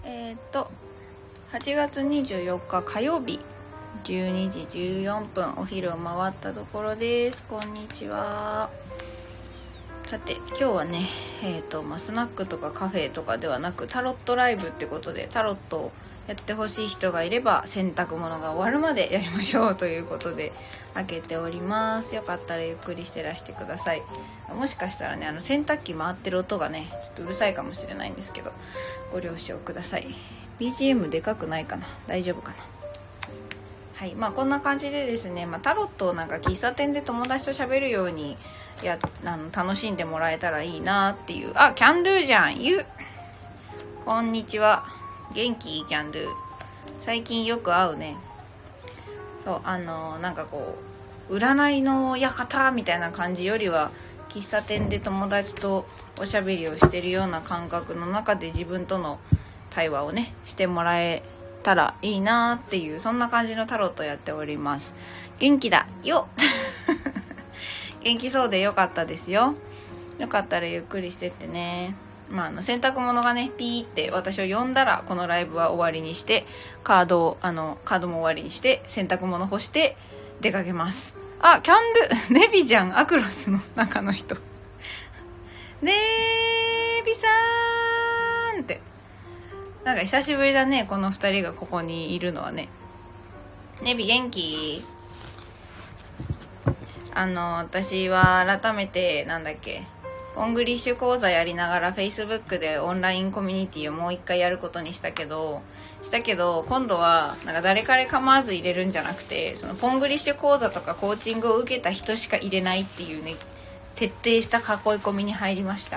8月24日火曜日12時14分お昼を回ったところです。こんにちは。さて今日はねスナックとかカフェとかではなくタロットライブってことで、タロットをやってほしい人がいれば洗濯物が終わるまでやりましょうということで開けております。よかったらゆっくりしてらしてください。もしかしたらね洗濯機回ってる音がねちょっとうるさいかもしれないんですけどご了承ください。 BGM でかくないかな、大丈夫かな。はい、こんな感じでですね、タロットをなんか喫茶店で友達と喋るように楽しんでもらえたらいいなっていう。キャンドゥじゃん。こんにちは。元気？キャンドゥ最近よく会うね。そうなんかこう占いの館みたいな感じよりは喫茶店で友達とおしゃべりをしてるような感覚の中で自分との対話をねしてもらえたらいいなっていう、そんな感じのタロットやっております。元気だよ元気そうでよかったですよ。よかったらゆっくりしてってね。洗濯物がねピーって私を呼んだらこのライブは終わりにして、カードも終わりにして洗濯物干して出かけます。キャンドゥネビじゃん。アクロスの中の人ネビさーんって、なんか久しぶりだね、この2人がここにいるのはね。ネビ元気？私は改めてオングリッシュ講座やりながら Facebook でオンラインコミュニティをもう一回やることにしたけど今度はなんか誰彼構わず入れるんじゃなくて、そのポングリッシュ講座とかコーチングを受けた人しか入れないっていうね、徹底した囲い込みに入りました。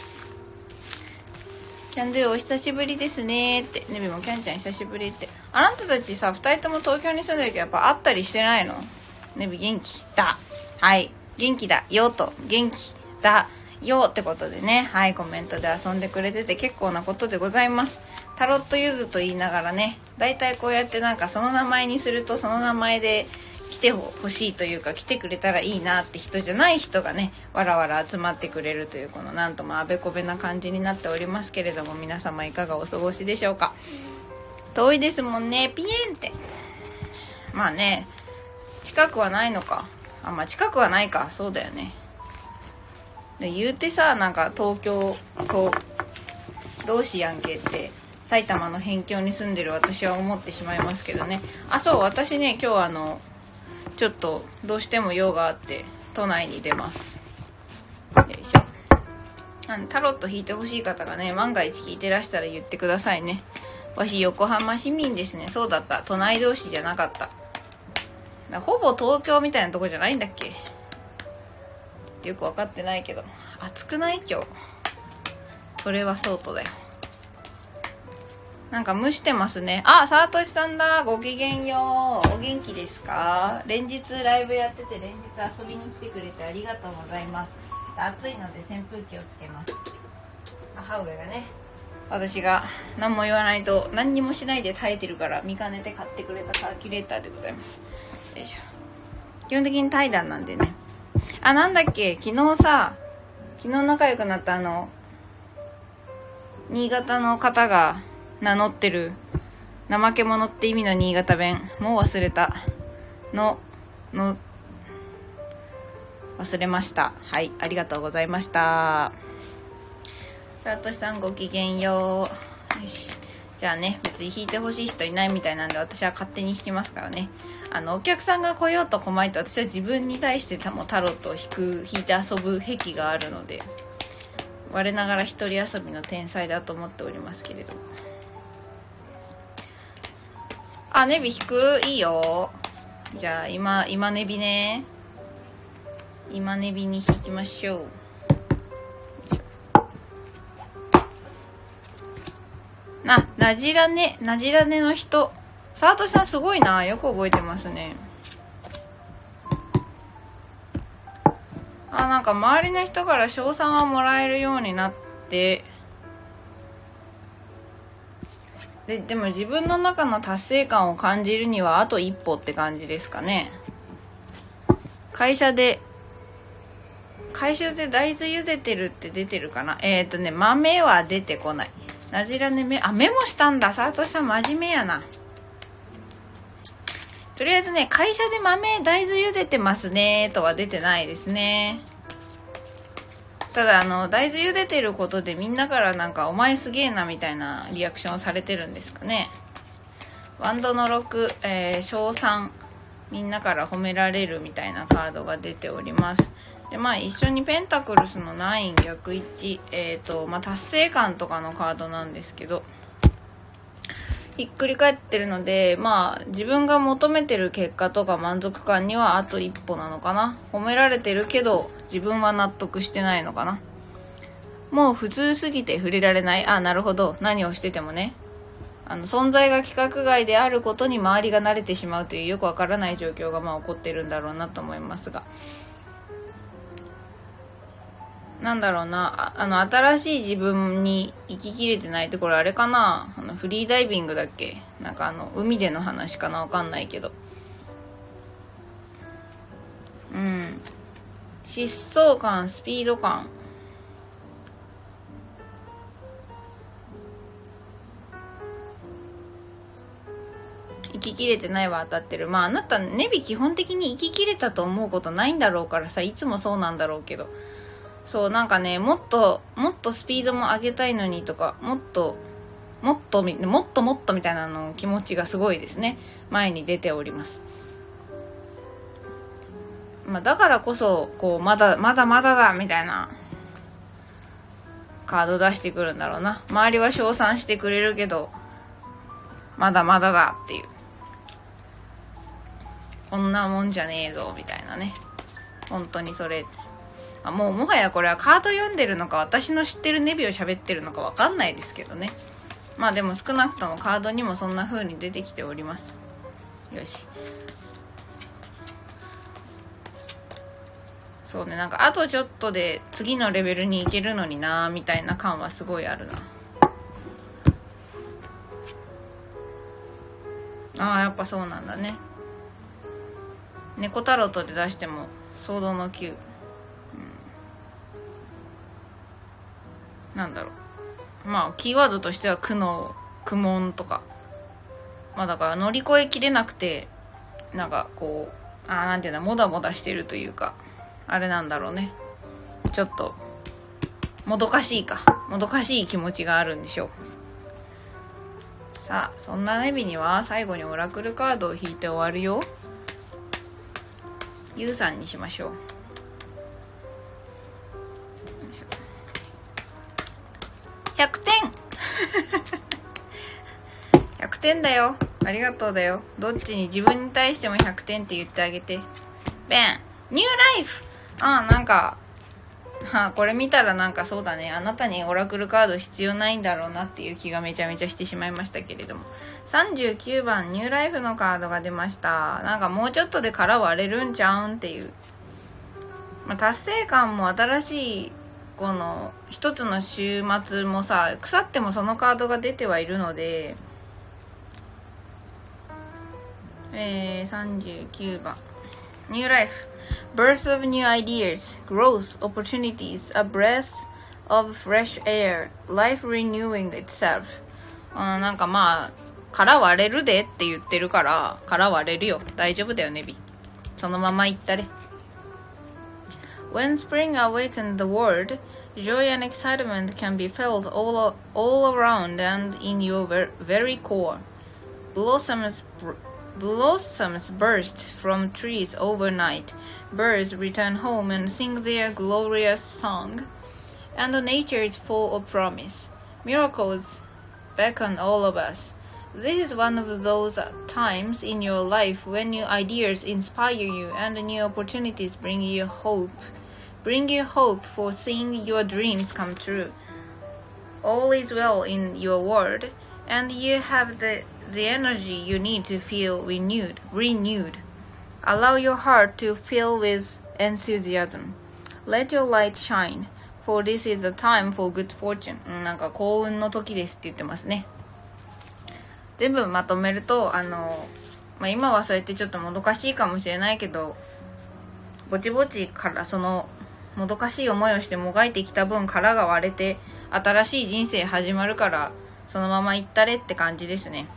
キャンドゥお久しぶりですねって。ネビもキャンちゃん久しぶりって。あなたたちさ2人とも東京に住んでるけどやっぱ会ったりしてないの？ネビ元気だ。はい、元気だよと元気だよってことでね、はい、コメントで遊んでくれてて結構なことでございます。タロットユズと言いながらね、だいたいこうやってなんかその名前にするとその名前で来てほしいというか来てくれたらいいなって人じゃない人がねわらわら集まってくれるという、このなんともあべこべな感じになっておりますけれども、皆様いかがお過ごしでしょうか。遠いですもんね、ピエンって。ね近くはないのか。近くはないか、そうだよね。で言うてさ、なんか東京と同士やんけって埼玉の辺境に住んでる私は思ってしまいますけどね。そう、私ね今日ちょっとどうしても用があって都内に出ます。よいしょ。タロット引いてほしい方がね万が一聞いてらしたら言ってくださいね。わし横浜市民ですね。そうだった、都内同士じゃなかった。ほぼ東京みたいなとこじゃないんだっけ。よく分かってないけど暑くない今日。それはそうとだよ。なんか蒸してますね。さとしさんだ。ごきげんよう。お元気ですか？連日ライブやってて連日遊びに来てくれてありがとうございます。暑いので扇風機をつけます。母上がね私が何も言わないと何にもしないで耐えてるから見かねて買ってくれたサーキュレーターでございます。よいしょ。基本的に怠惰なんでね。なんだっけ、昨日仲良くなった新潟の方が名乗ってる怠け者って意味の新潟弁、もう忘れた忘れました。はい、ありがとうございました。さとしさんごきげんよう。よし、じゃあね、別に弾いてほしい人いないみたいなんで私は勝手に弾きますからね。お客さんが来ようと来まいと私は自分に対してタロットを弾いて遊ぶ癖があるので、我ながら一人遊びの天才だと思っておりますけれども。ネビ弾く？いいよ。じゃあ今ネビね。今ネビに弾きましょう。なじらねの人。サートさんすごいな、よく覚えてますね。なんか周りの人から賞賛はもらえるようになって、でも自分の中の達成感を感じるにはあと一歩って感じですかね。会社で大豆茹でてるって出てるかな。豆は出てこない。 なじらねメモしたんだ。サトシさん真面目やな。とりあえずね、会社で大豆茹でてますねとは出てないですね。ただ大豆茹でてることでみんなからなんかお前すげえなみたいなリアクションをされてるんですかね。ワンドの6、賞賛、みんなから褒められるみたいなカードが出ております。で一緒にペンタクルスの9逆1、達成感とかのカードなんですけど、ひっくり返ってるので、自分が求めてる結果とか満足感にはあと一歩なのかな。褒められてるけど自分は納得してないのかな。もう普通すぎて触れられない。なるほど。何をしててもね、存在が規格外であることに周りが慣れてしまうというよくわからない状況が起こってるんだろうなと思いますが、なんだろうな、新しい自分に生ききれてないって、これあれかな、フリーダイビングだっけ、なんか海での話かな、わかんないけど、疾走感、スピード感、生ききれてないは当たってる。あなたネビ基本的に生ききれたと思うことないんだろうからさ、いつもそうなんだろうけど、そうなんかね、もっとスピードも上げたいのにとか、もっとみたいなの気持ちがすごいですね、前に出ております。だからこそこうまだだみたいなカード出してくるんだろうな。周りは称賛してくれるけどまだまだだっていう、こんなもんじゃねえぞみたいなね。本当にそれもはやこれはカード読んでるのか私の知ってるネビを喋ってるのか分かんないですけどね。でも少なくともカードにもそんな風に出てきております。よし、そうね、なんかあとちょっとで次のレベルに行けるのになみたいな感はすごいあるな。やっぱそうなんだね。猫タロットで出してもソードの9、なんだろう、キーワードとしては苦悩、苦悶とか、だから乗り越えきれなくて、なんかこうなんていうの、もだもだしてるというか、あれなんだろうね、ちょっともどかしい気持ちがあるんでしょう。さあ、そんなネビには最後にオラクルカードを引いて終わるよ。ユウさんにしましょう。100点100点だよ、ありがとうだよ。どっちに、自分に対しても100点って言ってあげて。ベンニューライフ。なんかこれ見たらなんかそうだね、あなたにオラクルカード必要ないんだろうなっていう気がめちゃめちゃしてしまいましたけれども、39番ニューライフのカードが出ました。なんかもうちょっとで殻割れるんちゃうんっていう、達成感も新しいこの一つの週末もさ、腐ってもそのカードが出てはいるので、39番New Life, Birth of New Ideas, Growth, Opportunities, A Breath of Fresh Air, Life Renewing Itself。 なんか殻割れるでって言ってるから、殻割れるよ、大丈夫だよネビ、そのまま言ったれ。When spring awakens the world, joy and excitement can be felt all around and in your very core. Blossoms burst from trees overnight. Birds return home and sing their glorious song. And nature is full of promise. Miracles beckon all of us. This is one of those times in your life when new ideas inspire you and new opportunities bring you hope for seeing your dreams come true. All is well in your world, and you have the energy you need to feel renewed. Allow your heart to fill with enthusiasm. Let your light shine, for this is the time for good fortune. なんか幸運の時ですって言ってますね。全部まとめると、今はそうやってちょっともどかしいかもしれないけど、ぼちぼちからそのもどかしい思いをしてもがいてきた分、殻が割れて新しい人生始まるから、 そのまま行ったれって感じですね。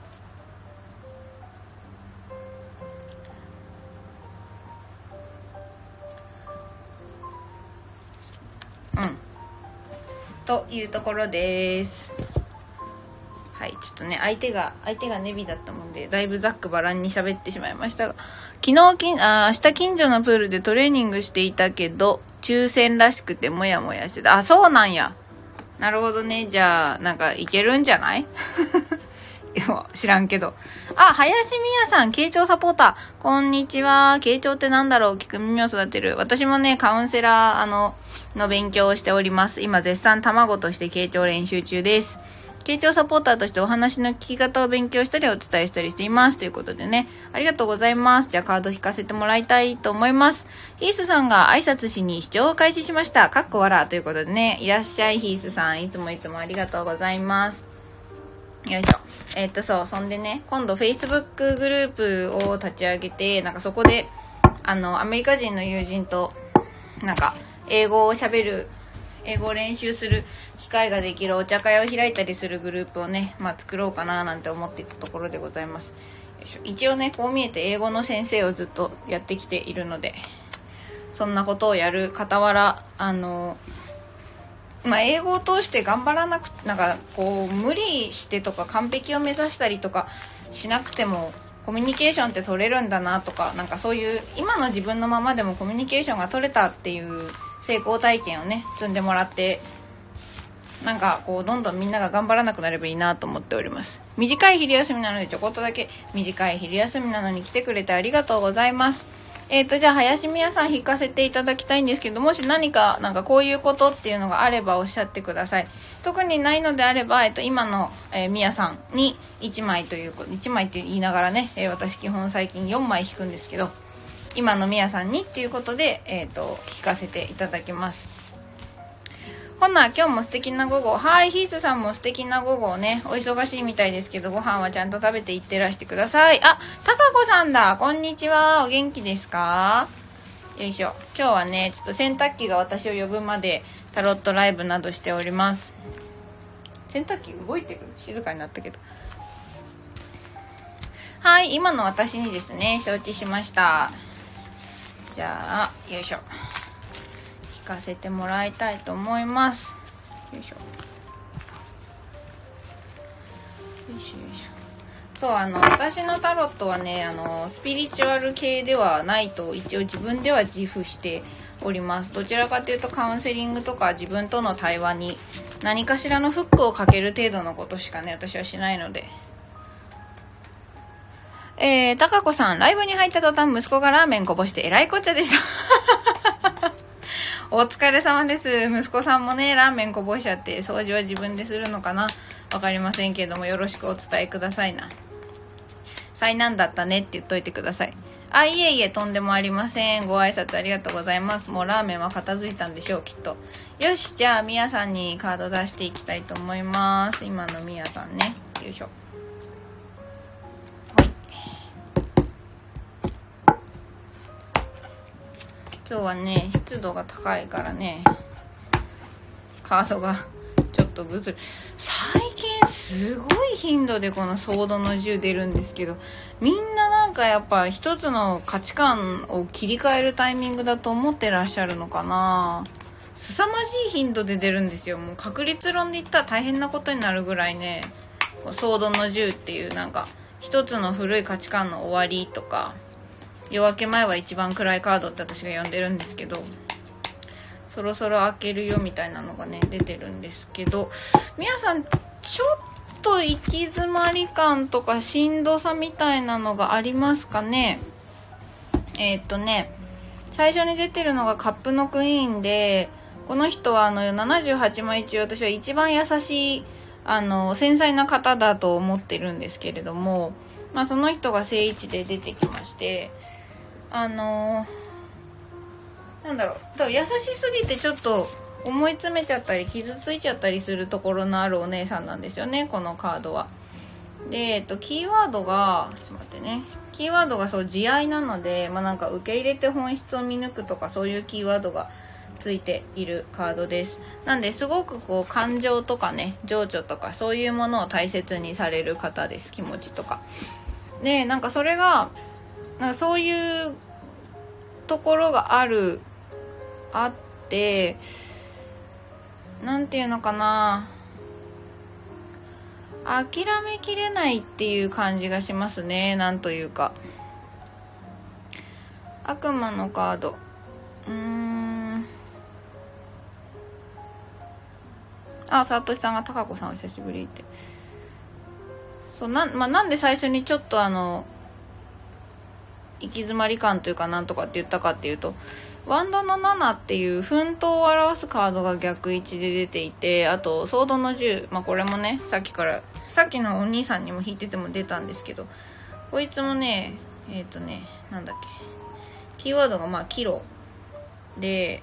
というところです。はい、ちょっとね、相手がネビだったもんで、だいぶざっくばらんに喋ってしまいましたが、明日近所のプールでトレーニングしていたけど、抽選らしくてもやもやしてた。あ、そうなんや。なるほどね。じゃあ、なんかいけるんじゃない？いや、知らんけど。あ、林美也さん、傾聴サポーター。こんにちは。傾聴ってなんだろう？聞く耳を育てる。私もね、カウンセラー、の勉強をしております。今、絶賛卵として傾聴練習中です。傾聴サポーターとしてお話の聞き方を勉強したりお伝えしたりしています。ということでね、ありがとうございます。じゃあカード引かせてもらいたいと思います。ヒースさんが挨拶しに視聴を開始しました。かっこ笑ということでね、いらっしゃいヒースさん。いつもありがとうございます。よいしょ。そんでね、今度 Facebook グループを立ち上げて、なんかそこで、アメリカ人の友人と、なんか、英語を練習する機会ができるお茶会を開いたりするグループをね、作ろうかななんて思っていたところでございます。よいしょ。一応ね、こう見えて英語の先生をずっとやってきているので、そんなことをやる傍ら、英語を通して頑張らなくて、なんかこう無理してとか完璧を目指したりとかしなくてもコミュニケーションって取れるんだなとか、なんかそういう今の自分のままでもコミュニケーションが取れたっていう成功体験をね積んでもらって、なんかこうどんどんみんなが頑張らなくなればいいなと思っております。短い昼休みなのでちょこっとだけ、短い昼休みなのに来てくれてありがとうございます。じゃあ林美也さん弾かせていただきたいんですけど、もし何かなんかこういうことっていうのがあればおっしゃってください。特にないのであれば、今の、美也さんに1枚ということ、1枚って言いながらね、私基本最近4枚弾くんですけど、今の美也さんにっていうことで、弾かせていただきます。ほな、今日も素敵な午後。はい、ヒースさんも素敵な午後をね、お忙しいみたいですけど、ご飯はちゃんと食べていってらしてください。あ、たかこさんだ。こんにちは。お元気ですか？よいしょ。今日はね、ちょっと洗濯機が私を呼ぶまでタロットライブなどしております。洗濯機動いてる？静かになったけど。はい、今の私にですね、承知しました。じゃあ、よいしょ。弾かせてもらいたいと思います。よいしょ。よいしょよいしょ。そう、私のタロットはね、スピリチュアル系ではないと一応自分では自負しております。どちらかというとカウンセリングとか自分との対話に何かしらのフックをかける程度のことしかね、私はしないので。たかこさん、ライブに入った途端息子がラーメンこぼしてえらいこっちゃでした。お疲れ様です。息子さんもね、ラーメンこぼしちゃって掃除は自分でするのかな、わかりませんけども、よろしくお伝えくださいな。災難だったねって言っといてください。あ、いえいえ、とんでもありません。ご挨拶ありがとうございます。もうラーメンは片付いたんでしょう、きっと。よし、じゃあみやさんにカード出していきたいと思います。今のみやさんね、よいしょ。今日はね、湿度が高いからね、カードがちょっとぐずる。最近すごい頻度でこのソードの10出るんですけど、みんななんかやっぱ一つの価値観を切り替えるタイミングだと思ってらっしゃるのかな。凄まじい頻度で出るんですよ。もう確率論で言ったら大変なことになるぐらいね、ソードの10っていうなんか一つの古い価値観の終わりとか、夜明け前は一番暗いカードって私が呼んでるんですけど、そろそろ開けるよみたいなのがね出てるんですけど、皆さんちょっと行き詰まり感とかしんどさみたいなのがありますかね。最初に出てるのがカップのクイーンで、この人は78枚中私は一番優しい繊細な方だと思ってるんですけれども、その人が正位置で出てきまして、なんだろう、多分優しすぎてちょっと思い詰めちゃったり傷ついちゃったりするところのあるお姉さんなんですよね、このカードは。で、キーワードがちょっと待ってね、キーワードがそう慈愛なので、なんか受け入れて本質を見抜くとかそういうキーワードがついているカードです。なんですごくこう感情とかね、情緒とかそういうものを大切にされる方です。気持ちとかで、なんかそれがなんかそういうところがあって、なんていうのかな、諦めきれないっていう感じがしますね。なんというか、悪魔のカード、サトシさんが高子さんお久しぶりって。そうなんで最初にちょっと行き詰まり感というかなんとかって言ったかっていうと、ワンドの7っていう奮闘を表すカードが逆位置で出ていて、あとソードの10、これもね、さっきのお兄さんにも引いてても出たんですけど、こいつもね、なんだっけ、キーワードがキロで、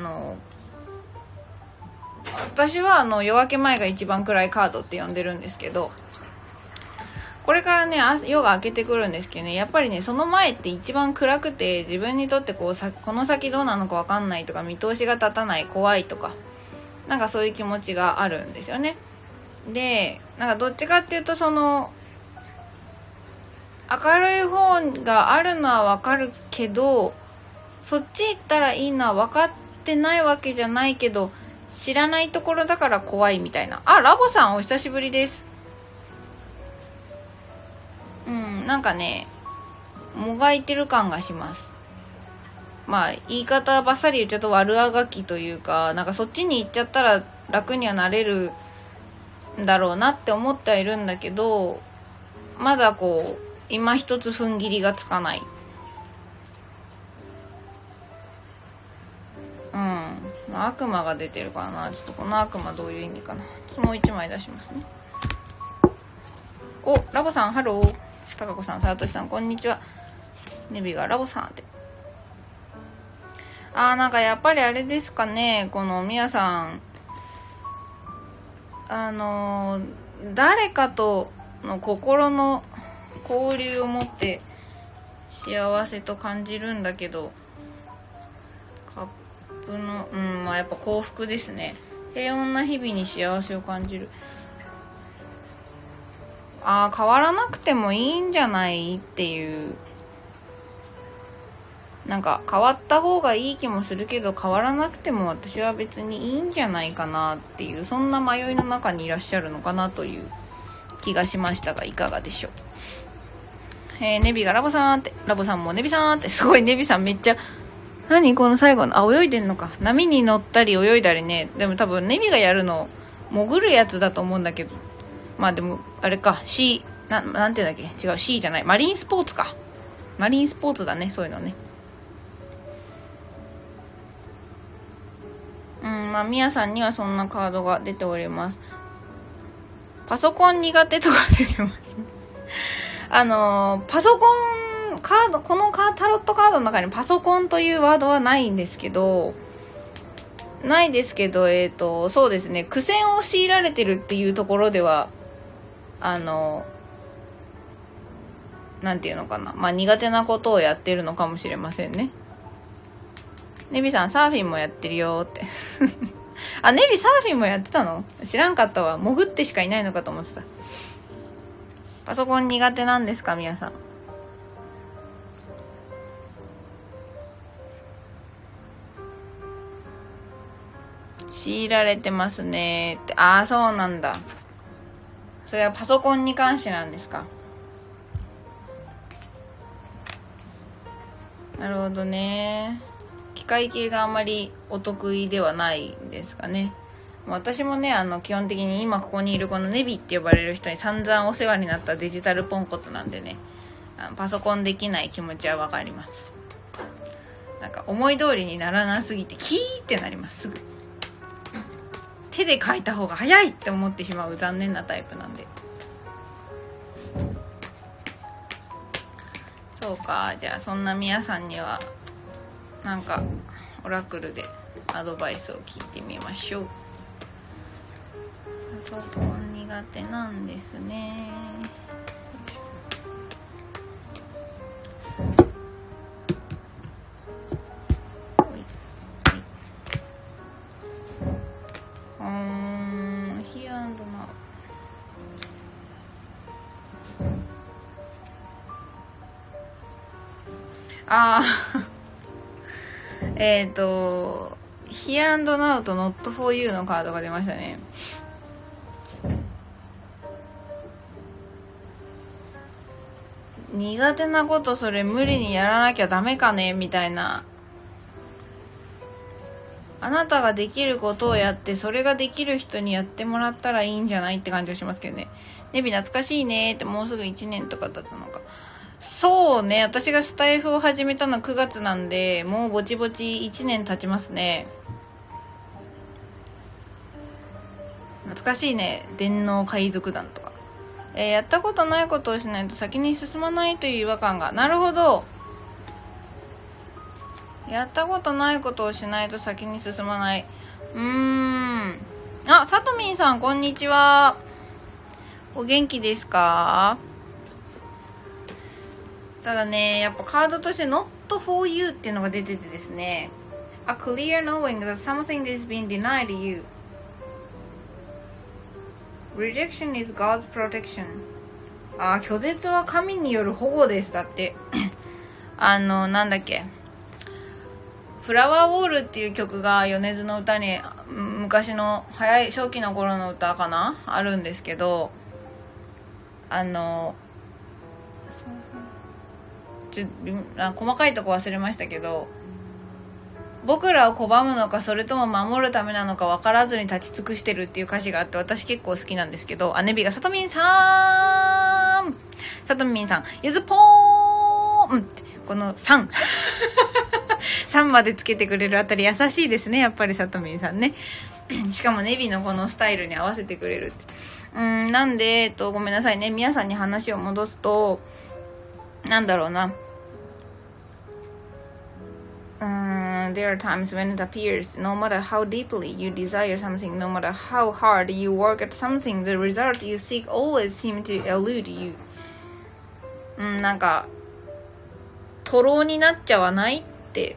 私は夜明け前が一番暗いカードって呼んでるんですけど、これからね夜が明けてくるんですけどね、やっぱりねその前って一番暗くて、自分にとってこの先どうなのか分かんないとか、見通しが立たない、怖いとか、なんかそういう気持ちがあるんですよね。で、なんかどっちかっていうと、その明るい方があるのは分かるけど、そっち行ったらいいのは分かってないわけじゃないけど、知らないところだから怖いみたいな。ラボさんお久しぶりです。なんかね、もがいてる感がします。言い方ばっさり言っちゃうと悪あがきというか、なんかそっちに行っちゃったら楽にはなれるんだろうなって思ってはいるんだけど、まだこう今一つ踏ん切りがつかない。悪魔が出てるからな。ちょっとこの悪魔どういう意味かな。もう一枚出しますね。ラボさんハロー。高子さん、さとしさんこんにちは。ネビがラボさんって。なんかやっぱりあれですかね、このみやさん、誰かとの心の交流を持って幸せと感じるんだけど、カップのやっぱ幸福ですね。平穏な日々に幸せを感じる。変わらなくてもいいんじゃないっていう、なんか変わった方がいい気もするけど、変わらなくても私は別にいいんじゃないかなっていう、そんな迷いの中にいらっしゃるのかなという気がしましたが、いかがでしょう。ネビがラボさんって、ラボさんもネビさんって、すごいネビさんめっちゃ、何この最後の、泳いでんのか、波に乗ったり泳いだりね。でも多分ネビがやるの潜るやつだと思うんだけど、でもあれか、なんていうんだっけ、違う、C じゃない、マリンスポーツか、マリンスポーツだね、そういうのね。みやさんにはそんなカードが出ております。パソコン苦手とか出てますね。パソコンカード、このタロットカードの中にパソコンというワードはないんですけど、そうですね、苦戦を強いられてるっていうところでは、なんていうのかな、苦手なことをやってるのかもしれませんね。ネビさんサーフィンもやってるよってネビサーフィンもやってたの？知らんかったわ。潜ってしかいないのかと思ってた。パソコン苦手なんですか皆さん。強いられてますねって。そうなんだ。それはパソコンに関してなんですか。なるほどね。機械系があんまりお得意ではないんですかね。私もね、基本的に今ここにいるこのネビって呼ばれる人に散々お世話になったデジタルポンコツなんでね、パソコンできない気持ちはわかります。なんか思い通りにならなすぎてキーってなります。すぐ手で書いた方が早いって思ってしまう残念なタイプなんで。そうか、じゃあそんな皆さんにはなんかオラクルでアドバイスを聞いてみましょう。パソコン苦手なんですね。 あHere and Now と Not for You のカードが出ましたね。苦手なことそれ無理にやらなきゃダメかねみたいな。あなたができることをやってそれができる人にやってもらったらいいんじゃないって感じがしますけどね。ネビ懐かしいねって、もうすぐ1年とか経つのか。そうね、私がスタイフを始めたの9月なんで、もうぼちぼち1年経ちますね。懐かしいね、電脳海賊団とか。やったことないことをしないと先に進まないという違和感が。なるほど。やったことないことをしないと先に進まない。あ、さとみんさんこんにちは。お元気ですか？ただね、やっぱカードとして Not for you っていうのが出ててですね。A clear knowing that something is being denied you. Rejection is God's protection. 拒絶は神による保護です。だってなんだっけ、フラワーウォールっていう曲が米津の歌に、昔の初期の頃の歌かな、あるんですけど、細かいとこ忘れましたけど、僕らを拒むのかそれとも守るためなのか分からずに立ち尽くしてるっていう歌詞があって、私結構好きなんですけど、ネビがさとみんさんゆずぽーんってこの3 3までつけてくれるあたり優しいですね、やっぱりさとみんさんね。しかもネビのこのスタイルに合わせてくれるって。なんでごめんなさいね、皆さんに話を戻すと、なんだろうな、there are times when it appears, no matter how deeply you desire something, no matter how hard you work at something, the result you seek always seems to elude you. なんか徒労になっちゃわないって、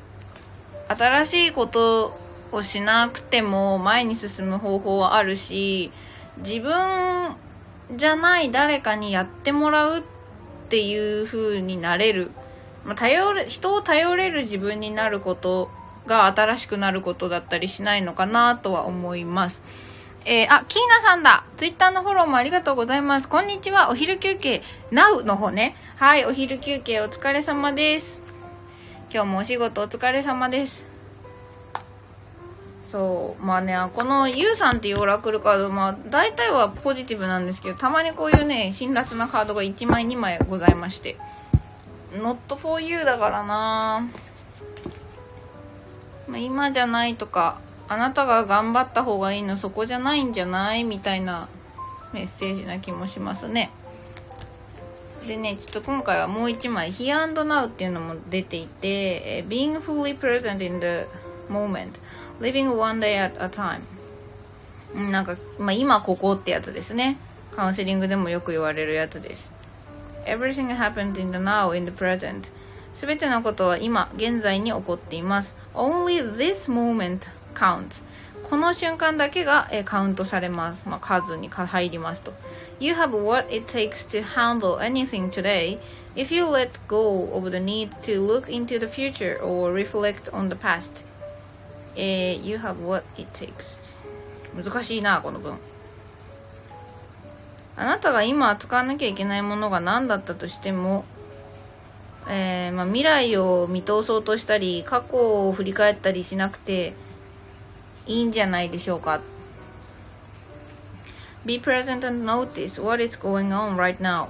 新しいことをしなくても前に進む方法はあるし、自分じゃない誰かにやってもらうっていう風になれる、人を頼れる自分になることが新しくなることだったりしないのかなとは思います。キーナさんだ。ツイッターのフォローもありがとうございます。こんにちは。お昼休憩 Now の方ね。はい、お昼休憩お疲れ様です。今日もお仕事お疲れ様です。そう、このユウさんっていうオラクルカード、大体はポジティブなんですけど、たまにこういうね、辛辣なカードが1枚2枚ございまして、Not for you だからな、今じゃないとか、あなたが頑張った方がいいのそこじゃないんじゃないみたいなメッセージな気もしますね。でね、ちょっと今回はもう1枚 Here and Now っていうのも出ていて、Being fully present in the moment, living one day at a time。 今ここってやつですね。カウンセリングでもよく言われるやつです。 Everything happens in the now, in the present。 すべてのことは今現在に起こっています。 Only this moment counts。 この瞬間だけがカウントされます。数に入りますと。 You have what it takes to handle anything today if you let go of the need to look into the future or reflect on the past。You have what it takes。 難しいなこの文。あなたが今扱わなきゃいけないものが何だったとしても、未来を見通そうとしたり過去を振り返ったりしなくていいんじゃないでしょうか。 Be present and notice what is going on right now。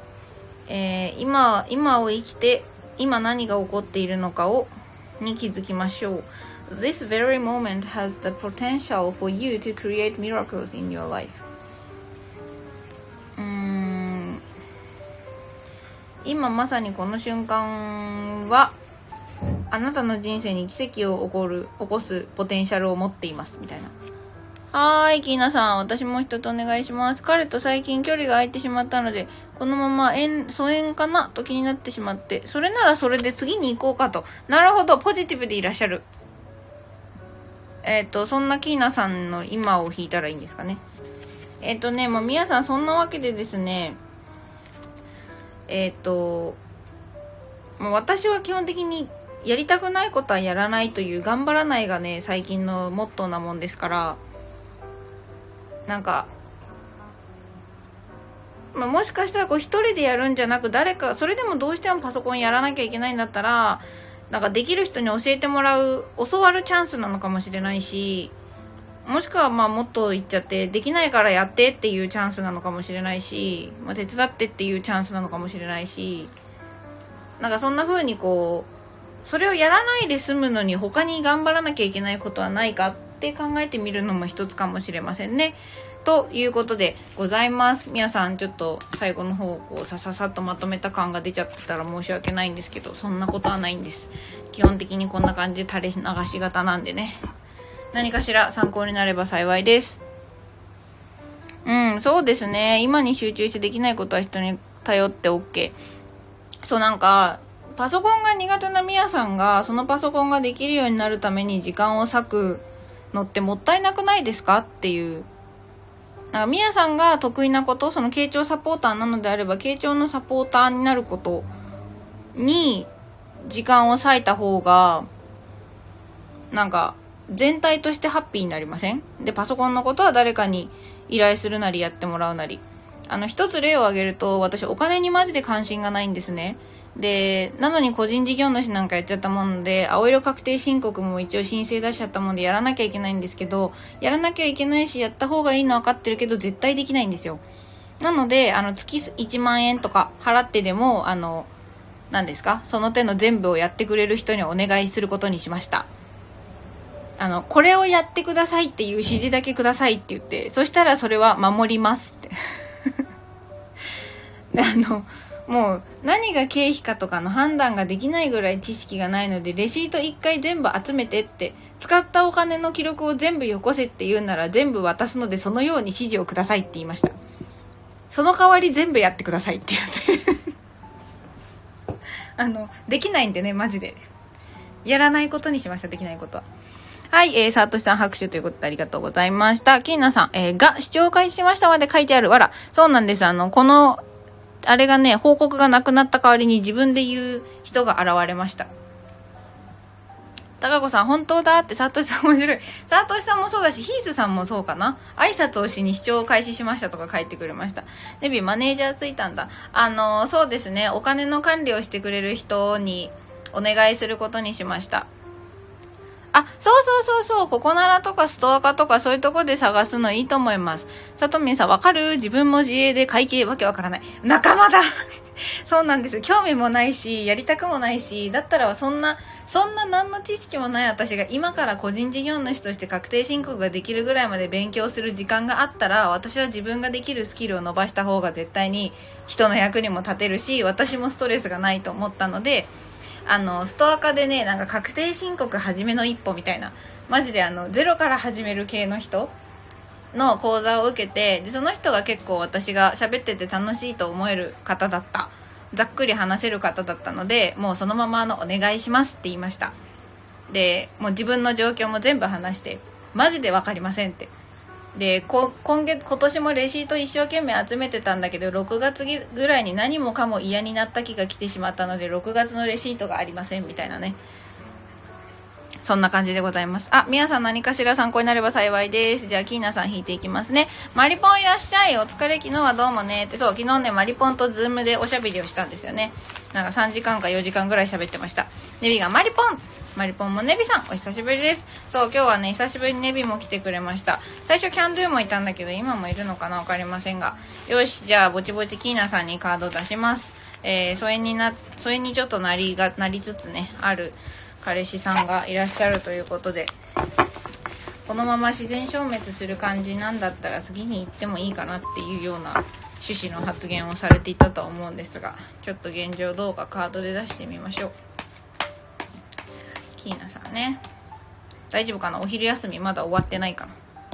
今を生きて今何が起こっているのかに気づきましょう。This very moment has the potential for you to create miracles in your life。 今まさにこの瞬間はあなたの人生に奇跡を起こすポテンシャルを持っていますみたいな。はーい、キーナさん、私も一つお願いします。彼と最近距離が空いてしまったので、このまま疎遠かなと気になってしまって、それならそれで次に行こうかと。なるほど、ポジティブでいらっしゃる。そんなキーナさんの今を引いたらいいんですかね。皆さんそんなわけでですね、私は基本的にやりたくないことはやらないという頑張らないがね最近のモットーなもんですから、なんか、もしかしたらこう一人でやるんじゃなく誰か、それでもどうしてもパソコンやらなきゃいけないんだったらなんかできる人に教えてもらう、教わるチャンスなのかもしれないし、もしくはもっと言っちゃってできないからやってっていうチャンスなのかもしれないし、手伝ってっていうチャンスなのかもしれないし、なんかそんな風にこうそれをやらないで済むのに他に頑張らなきゃいけないことはないかって考えてみるのも一つかもしれませんね。ということでございます。皆さんちょっと最後の方こうさっとまとめた感が出ちゃってたら申し訳ないんですけど、そんなことはないんです。基本的にこんな感じで垂れ流し型なんでね、何かしら参考になれば幸いです。そうですね。今に集中してできないことは人に頼って OK。そう、なんかパソコンが苦手なみやさんがそのパソコンができるようになるために時間を割くのってもったいなくないですかっていう、なんかみやさんが得意なこと、その傾聴サポーターなのであれば傾聴のサポーターになることに時間を割いた方がなんか全体としてハッピーになりません？でパソコンのことは誰かに依頼するなりやってもらうなり、一つ例を挙げると、私お金にマジで関心がないんですね。でなのに個人事業主なんかやっちゃったもんで、青色確定申告も一応申請出しちゃったもんでやらなきゃいけないんですけど、やらなきゃいけないしやった方がいいのは分かってるけど絶対できないんですよ。なので月1万円とか払ってでも何ですか、その手の全部をやってくれる人にお願いすることにしました。これをやってくださいっていう指示だけくださいって言って、そしたらそれは守りますってでもう何が経費かとかの判断ができないぐらい知識がないので、レシート1回全部集めてって、使ったお金の記録を全部よこせって言うなら全部渡すのでそのように指示をくださいって言いました。その代わり全部やってくださいって言ってできないんでね、マジでやらないことにしました。できないことは。はい、サートシさん拍手ということでありがとうございました。キーナさん、が視聴開始しましたまで書いてある。わら、そうなんです。このあれがね、報告がなくなった代わりに自分で言う人が現れました。高子さん本当だって。サトシさん面白い。サトシさんもそうだし、ヒースさんもそうかな。挨拶をしに視聴開始しましたとか書いてくれました。ネビマネージャーついたんだ。そうですね、お金の管理をしてくれる人にお願いすることにしました。そう、ココナラとかストアカとかそういうとこで探すのいいと思います。さとみんさんわかる？自分も自営で会計わけわからない。仲間だそうなんですよ。興味もないし、やりたくもないし、だったらそんな何の知識もない私が今から個人事業主として確定申告ができるぐらいまで勉強する時間があったら、私は自分ができるスキルを伸ばした方が絶対に人の役にも立てるし、私もストレスがないと思ったので、ストア化でね、なんか確定申告始めの一歩みたいな、マジでゼロから始める系の人の講座を受けて、でその人が結構私が喋ってて楽しいと思える方だった、ざっくり話せる方だったので、もうそのままお願いしますって言いました。でもう自分の状況も全部話して、マジで分かりませんって。で今年もレシート一生懸命集めてたんだけど、6月ぐらいに何もかも嫌になった気が来てしまったので6月のレシートがありませんみたいなね、そんな感じでございます。皆さん何かしら参考になれば幸いです。じゃあキーナさん引いていきますね。マリポンいらっしゃい。お疲れ、昨日はどうもねって。そう、昨日ねマリポンとズームでおしゃべりをしたんですよね。なんか3時間か4時間ぐらい喋ってました。ネビがマリポンもネビさんお久しぶりです。そう、今日はね久しぶりにネビも来てくれました。最初キャンドゥもいたんだけど今もいるのかな、分かりませんが、よし、じゃあぼちぼちキーナさんにカード出します。疎遠にちょっとなりつつねある彼氏さんがいらっしゃるということで、このまま自然消滅する感じなんだったら次に行ってもいいかなっていうような趣旨の発言をされていたと思うんですが、ちょっと現状どうかカードで出してみましょう。キーナさんね、大丈夫かな、お昼休みまだ終わってないかな。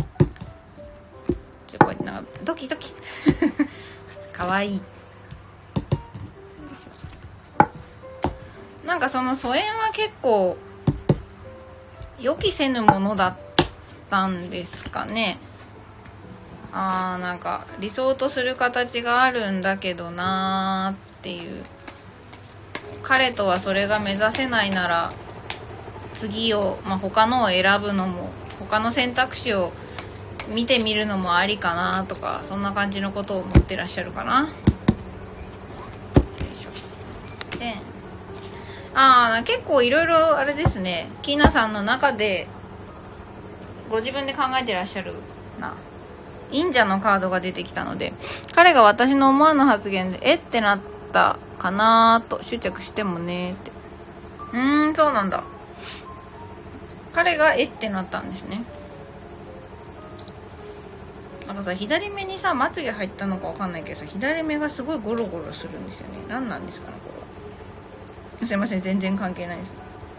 こうやってなんかドキドキかわいい。なんかその疎遠は結構予期せぬものだったんですかね。なんか理想とする形があるんだけどなーっていう彼とはそれが目指せないなら次を、他のを選ぶのも、他の選択肢を見てみるのもありかなとか、そんな感じのことを思ってらっしゃるかな。で、結構いろいろあれですね、キーナさんの中でご自分で考えてらっしゃるな。忍者のカードが出てきたので、彼が私の思わぬ発言でってなったかなと、執着してもねって。そうなんだ。彼がってなったんですね。なんかさ、左目にさ、まつげ入ったのかわかんないけどさ、左目がすごいゴロゴロするんですよね。何なんですかね、これは。すいません、全然関係ないです。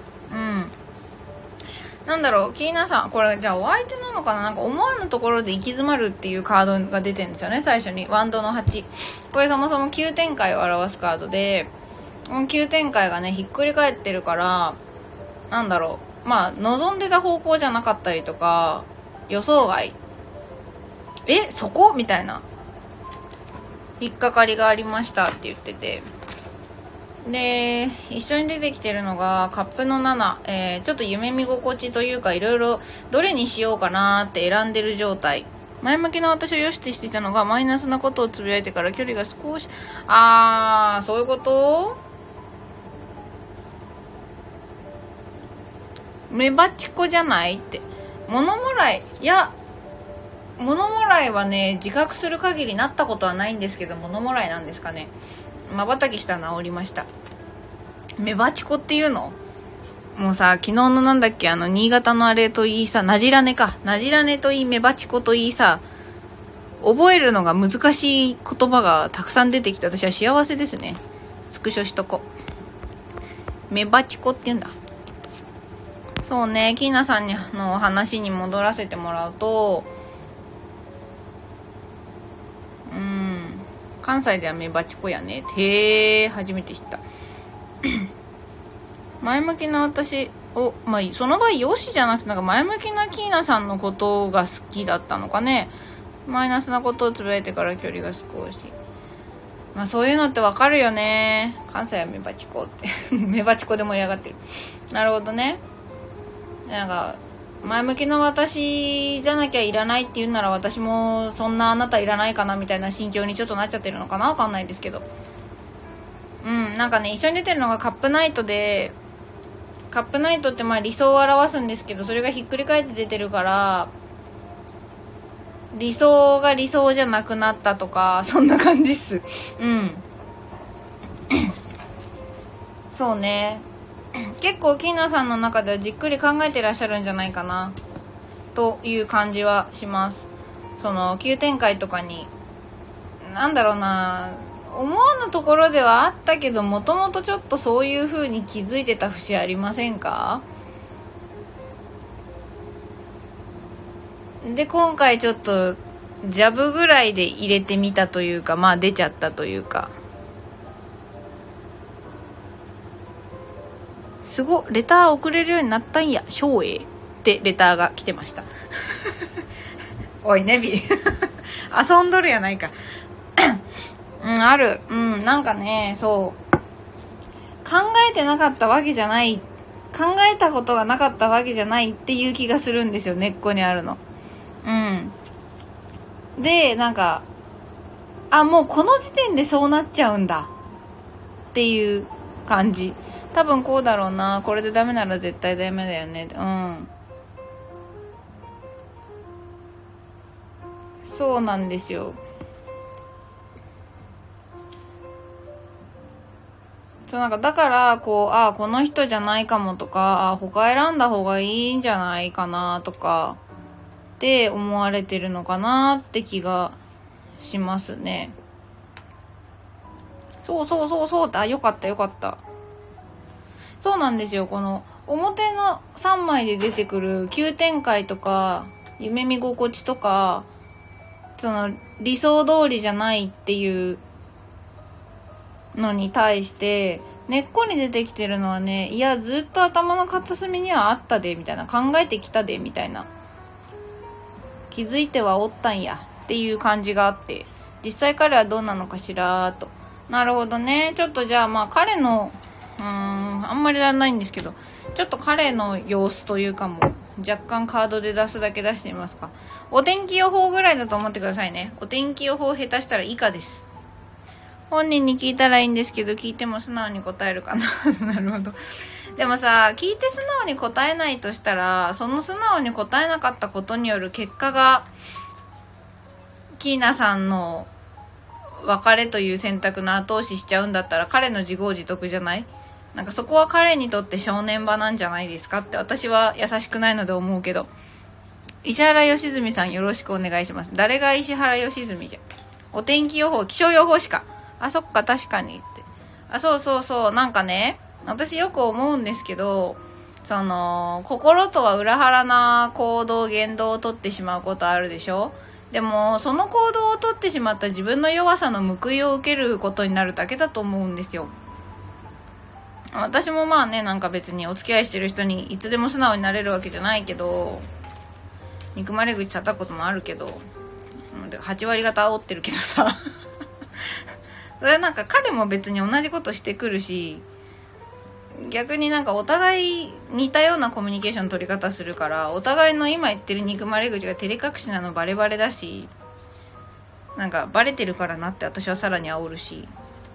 なんだろう、キーナさん、これじゃあお相手なのかな。なんか思わぬところで行き詰まるっていうカードが出てるんですよね、最初に。ワンドの8。これそもそも急展開を表すカードで、この急展開がね、ひっくり返ってるから、なんだろう、望んでた方向じゃなかったりとか、予想外。そこみたいな。引っかかりがありましたって言ってて。で、一緒に出てきてるのがカップの7、ちょっと夢見心地というか、いろいろどれにしようかなって選んでる状態。前向きな私を良しとしていたのが、マイナスなことをつぶやいてから距離が少し、そういうこと？メバチコじゃないって。物もらいはね、自覚する限りなったことはないんですけど、物もらいなんですかね。瞬きしたら治りました。メバチコっていうの？もうさ、昨日のなんだっけ、新潟のあれといいさ、なじらねといい、メバチコといいさ、覚えるのが難しい言葉がたくさん出てきて、私は幸せですね。スクショしとこ。メバチコって言うんだ。そうね、キーナさんの話に戻らせてもらうと、関西ではメバチコやね。初めて知った。前向きな私を、その場合よしじゃなくて、なんか前向きなキーナさんのことが好きだったのかね。マイナスなことをつぶやいてから距離が少し。そういうのってわかるよね。関西はメバチコって。メバチコで盛り上がってる。なるほどね。なんか、前向きな私じゃなきゃいらないって言うなら、私もそんなあなたいらないかなみたいな心境にちょっとなっちゃってるのかな、わかんないですけど。なんかね、一緒に出てるのがカップナイトで、カップナイトって理想を表すんですけど、それがひっくり返って出てるから、理想が理想じゃなくなったとか、そんな感じっす。そうね。結構キーナさんの中ではじっくり考えてらっしゃるんじゃないかなという感じはします。その急展開とかに、なんだろうな、思わぬところではあったけど、もともとちょっとそういう風に気づいてた節ありませんか？で、今回ちょっとジャブぐらいで入れてみたというか、出ちゃったというか。すご、レター送れるようになったんや、翔英ってレターが来てました。おいネビ遊んどるやないか。ある。なんかね、そう、考えてなかったわけじゃない、考えたことがなかったわけじゃないっていう気がするんですよ、根っこにあるの。で、なんか、もうこの時点でそうなっちゃうんだっていう感じ。多分こうだろうな。これでダメなら絶対ダメだよね。そうなんですよ。なんかだからこの人じゃないかもとか、他選んだ方がいいんじゃないかなとかって思われてるのかなって気がしますね。そう。よかった。そうなんですよ。この表の3枚で出てくる急展開とか夢見心地とか、その理想通りじゃないっていうのに対して、根っこに出てきてるのはね、いやずっと頭の片隅にはあったでみたいな、考えてきたでみたいな、気づいてはおったんやっていう感じがあって、実際彼はどうなのかしらと。なるほどね。ちょっとじゃあ彼のあんまりやらないんですけど、ちょっと彼の様子というかも若干カードで出すだけ出してみますか。お天気予報ぐらいだと思ってくださいね。お天気予報下手したら以下です。本人に聞いたらいいんですけど、聞いても素直に答えるかななるほど。でもさ、聞いて素直に答えないとしたら、その素直に答えなかったことによる結果がキーナさんの別れという選択の後押ししちゃうんだったら、彼の自業自得じゃない？なんかそこは彼にとって正念場なんじゃないですかって私は優しくないので思うけど。石原良純さんよろしくお願いします。誰が石原良純じゃん。お天気予報、気象予報士か。あ、そっか、確かにって。あ、そうそうそう、なんかね、私よく思うんですけど、その、心とは裏腹な行動、言動をとってしまうことあるでしょ？でも、その行動をとってしまった自分の弱さの報いを受けることになるだけだと思うんですよ。私もまあね、なんか別にお付き合いしてる人にいつでも素直になれるわけじゃないけど、憎まれ口叩くこともあるけど、8割方煽ってるけどさそれなんか彼も別に同じことしてくるし、逆になんかお互い似たようなコミュニケーションの取り方するから、お互いの今言ってる憎まれ口が照れ隠しなのバレバレだし、なんかバレてるからなって私はさらに煽るし。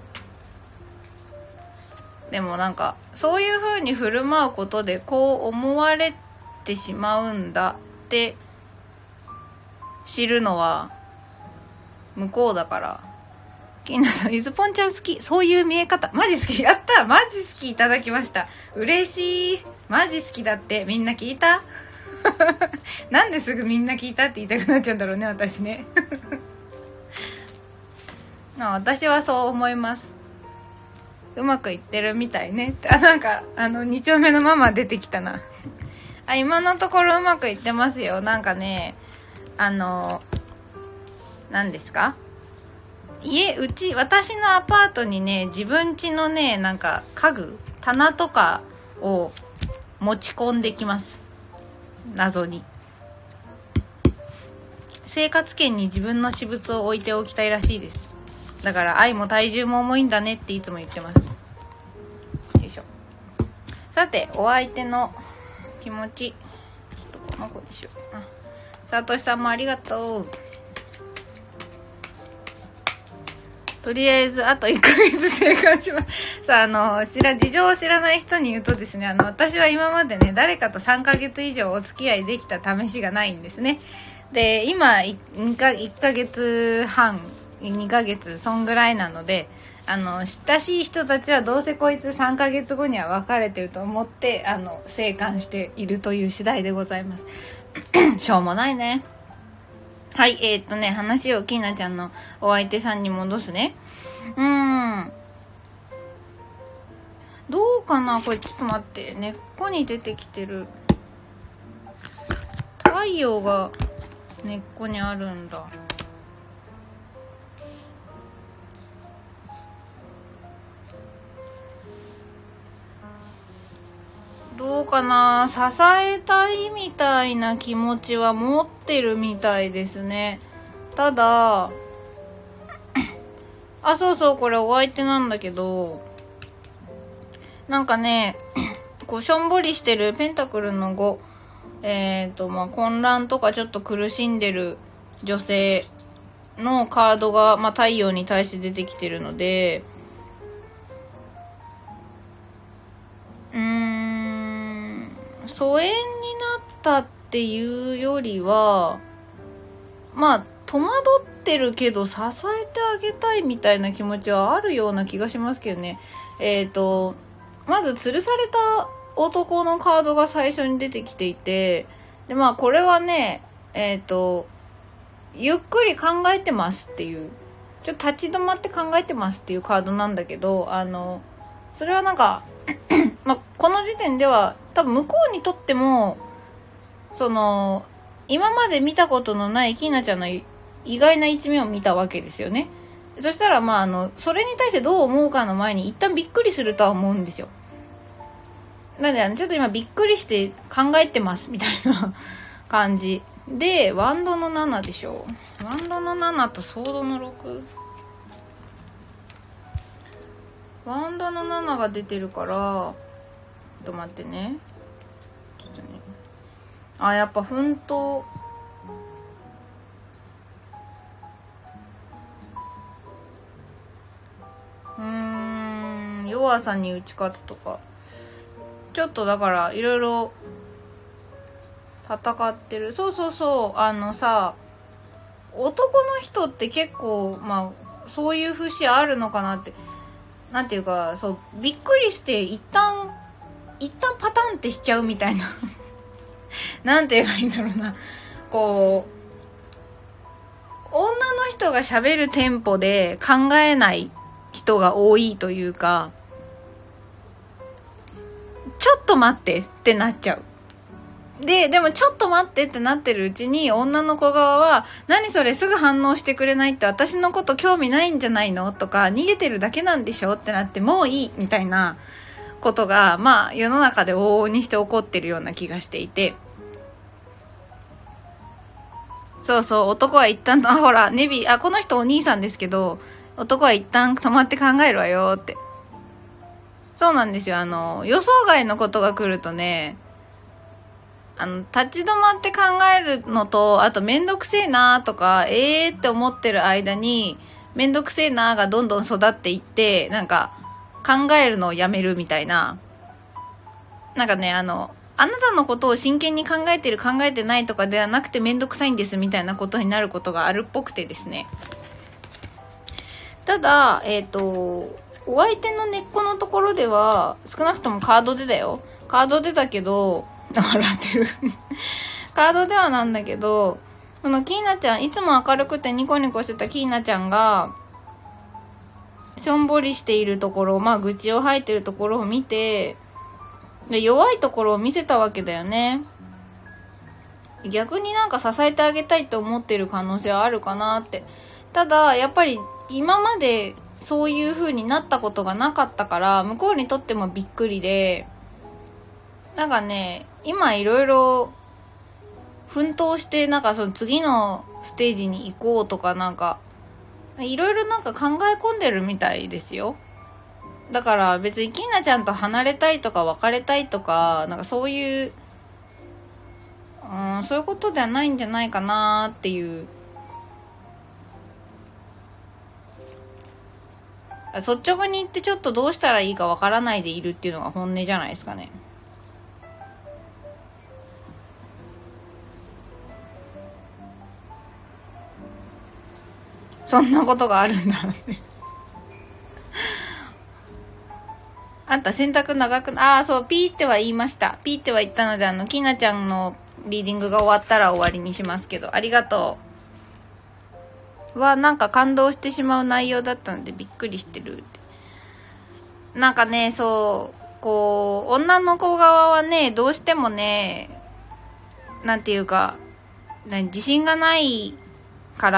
でもなんかそういう風に振る舞うことでこう思われてしまうんだって知るのは向こうだから。キーナさん、ゆずぽんちゃん好き。そういう見え方。マジ好き。やった、マジ好きいただきました。嬉しい。マジ好きだって。みんな聞いたなんですぐみんな聞いたって言いたくなっちゃうんだろうね、私ね私はそう思います。うまくいってるみたいね。なんか2丁目のママ出てきたな今のところうまくいってますよ。なんかね、何ですか、私のアパートにね、自分家のね、なんか家具、棚とかを持ち込んできます。謎に。生活圏に自分の私物を置いておきたいらしいです。だから愛も体重も重いんだねっていつも言ってます。よいしょ。さて、お相手の気持ち、ちょっとこの子にしようかな。さとしさんもありがとう。とりあえずあと1ヶ月生活します。さあ、事情を知らない人に言うとですね、私は今までね、誰かと3ヶ月以上お付き合いできた試しがないんですね。で、今1ヶ月半、2ヶ月、そんぐらいなので、親しい人たちはどうせこいつ3ヶ月後には別れてると思って、生還しているという次第でございます。しょうもないね。はい、話をきなちゃんのお相手さんに戻すね。どうかなこれ、ちょっと待って。根っこに出てきてる。太陽が根っこにあるんだ。どうかな、支えたいみたいな気持ちは持ってるみたいですね。ただそうそう、これお相手なんだけど、なんかね、こうしょんぼりしてるペンタクルの5、混乱とかちょっと苦しんでる女性のカードが、太陽に対して出てきてるので、疎遠になったっていうよりは、戸惑ってるけど支えてあげたいみたいな気持ちはあるような気がしますけどね。まず吊るされた男のカードが最初に出てきていて、でこれはね、ゆっくり考えてますっていう、ちょっと立ち止まって考えてますっていうカードなんだけど、それはなんかこの時点では多分向こうにとっても、今まで見たことのないきなちゃんの意外な一面を見たわけですよね。そしたらそれに対してどう思うかの前に一旦びっくりするとは思うんですよ。なんでちょっと今びっくりして考えてますみたいな感じで、ワンドの7でしょ。ワンドの7とソードの6。 ワンダの7が出てるから、ちょっと待ってね。ちょっとね。あ、やっぱ奮闘。弱さに打ち勝つとか。ちょっとだから、いろいろ戦ってる。そうそうそう。さ、男の人って結構、まあ、そういう節あるのかなって。なんていうか、そう、びっくりして一旦パタンってしちゃうみたいな。なんて言えばいいんだろうな。こう、女の人が喋るテンポで考えない人が多いというか、ちょっと待ってってなっちゃう。でもちょっと待ってってなってるうちに女の子側は何それすぐ反応してくれないって私のこと興味ないんじゃないのとか逃げてるだけなんでしょってなってもういいみたいなことがまあ世の中で往々にして起こってるような気がしていて、そうそう、男は一旦ほらネビこの人お兄さんですけど、男は一旦止まって考えるわよって。そうなんですよ。予想外のことが来るとね、立ち止まって考えるのと、あとめんどくせえなとか、って思ってる間に、めんどくせえながどんどん育っていって、なんか、考えるのをやめるみたいな。なんかね、あなたのことを真剣に考えてる考えてないとかではなくてめんどくさいんですみたいなことになることがあるっぽくてですね。ただ、お相手の根っこのところでは、少なくともカードでだよ。カードでだけど、笑ってるカードではなんだけど、このキーナちゃん、いつも明るくてニコニコしてたキーナちゃんがしょんぼりしているところ、まあ愚痴を吐いてるところを見て、で弱いところを見せたわけだよね。逆になんか支えてあげたいと思ってる可能性はあるかなって。ただやっぱり今までそういう風になったことがなかったから、向こうにとってもびっくりで、なんかね、今いろいろ奮闘して、なんかその次のステージに行こうとか、なんかいろいろなんか考え込んでるみたいですよ。だから別にキーナちゃんと離れたいとか別れたいとか、なんかそういうそういうことではないんじゃないかなっていう。率直に言ってちょっとどうしたらいいかわからないでいるっていうのが本音じゃないですかね。そんなことがあるんだってあんた洗濯長くそう、ピーっては言いました。ピーっては言ったので、キーナちゃんのリーディングが終わったら終わりにしますけど、ありがとう。なんか感動してしまう内容だったのでびっくりしてるって。なんかね、そう、こう、女の子側はね、どうしてもね、なんていうか、自信がないから、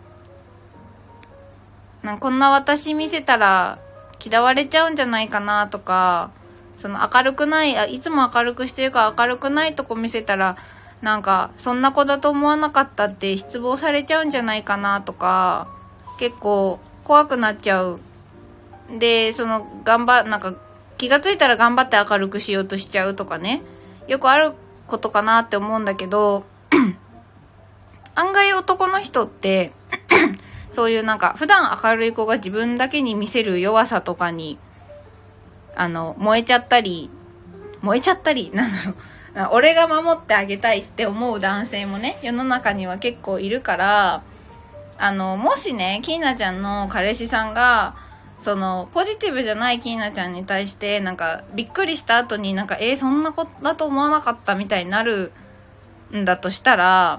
こんな私見せたら嫌われちゃうんじゃないかなとか、その明るくない、いつも明るくしてるから明るくないとこ見せたら、なんかそんな子だと思わなかったって失望されちゃうんじゃないかなとか、結構怖くなっちゃう。で、なんか気がついたら頑張って明るくしようとしちゃうとかね、よくあることかなって思うんだけど、案外男の人ってそういうなんか普段明るい子が自分だけに見せる弱さとかに燃えちゃったり、なんだろう、俺が守ってあげたいって思う男性もね、世の中には結構いるから、もしね、キーナちゃんの彼氏さんがポジティブじゃないキーナちゃんに対してなんかびっくりした後になんかそんなことだと思わなかったみたいになるんだとしたら、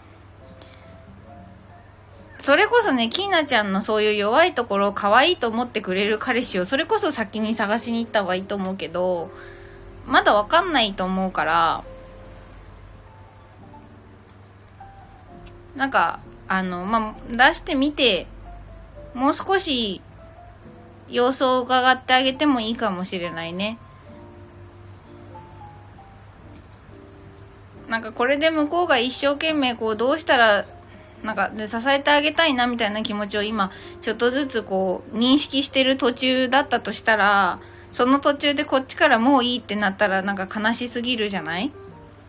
それこそね、キーナちゃんのそういう弱いところを可愛いと思ってくれる彼氏をそれこそ先に探しに行った方がいいと思うけど、まだわかんないと思うから、なんか出してみて、もう少し様子を伺ってあげてもいいかもしれないね。なんかこれで向こうが一生懸命どうしたらなんかで支えてあげたいなみたいな気持ちを今ちょっとずつこう認識してる途中だったとしたら、その途中でこっちからもういいってなったらなんか悲しすぎるじゃない？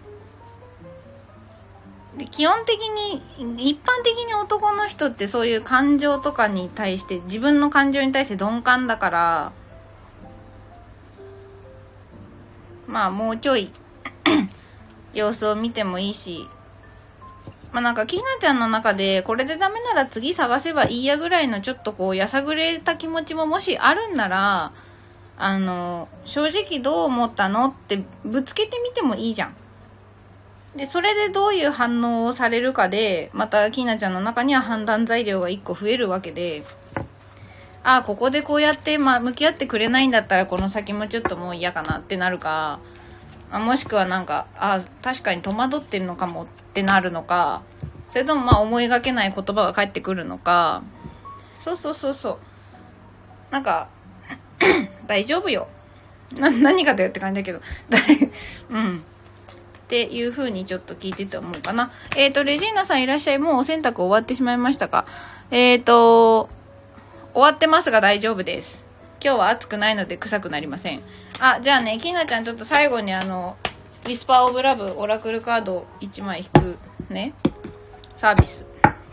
で基本的に一般的に男の人ってそういう感情とかに対して、自分の感情に対して鈍感だから、まあもうちょい様子を見てもいいし、まあなんかきなちゃんの中でこれでダメなら次探せばいいやぐらいのちょっとこうやさぐれた気持ちももしあるんなら、正直どう思ったのってぶつけてみてもいいじゃん。でそれでどういう反応をされるかで、またきなちゃんの中には判断材料が1個増えるわけで、あ、ここでこうやって、向き合ってくれないんだったらこの先もちょっともう嫌かなってなるか、もしくはなんか確かに戸惑ってるのかもってなるのか、それとも思いがけない言葉が返ってくるのか。そうなんか大丈夫よ、何がだよって感じだけどうんっていう風にちょっと聞いてて思うかな。レジーナさんいらっしゃい。もうお洗濯終わってしまいましたか？終わってますが大丈夫です。今日は暑くないので臭くなりません。じゃあね、きなちゃんちょっと最後にウィスパーオブラブオラクルカード1枚引くね。サービス。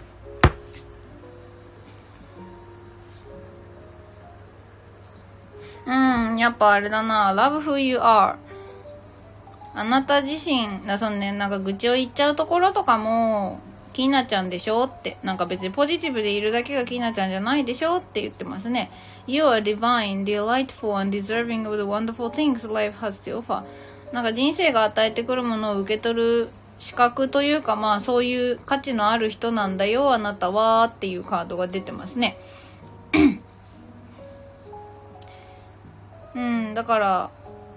やっぱあれだな。Love who you are。あなた自身だ、なんか愚痴を言っちゃうところとかも、きなちゃんでしょって、なんか別にポジティブでいるだけがきなちゃんじゃないでしょって言ってますね。You are divine, delightful and deserving of the wonderful things life has to offer。なんか人生が与えてくるものを受け取る資格というか、そういう価値のある人なんだよ、あなたはっていうカードが出てますね。だから、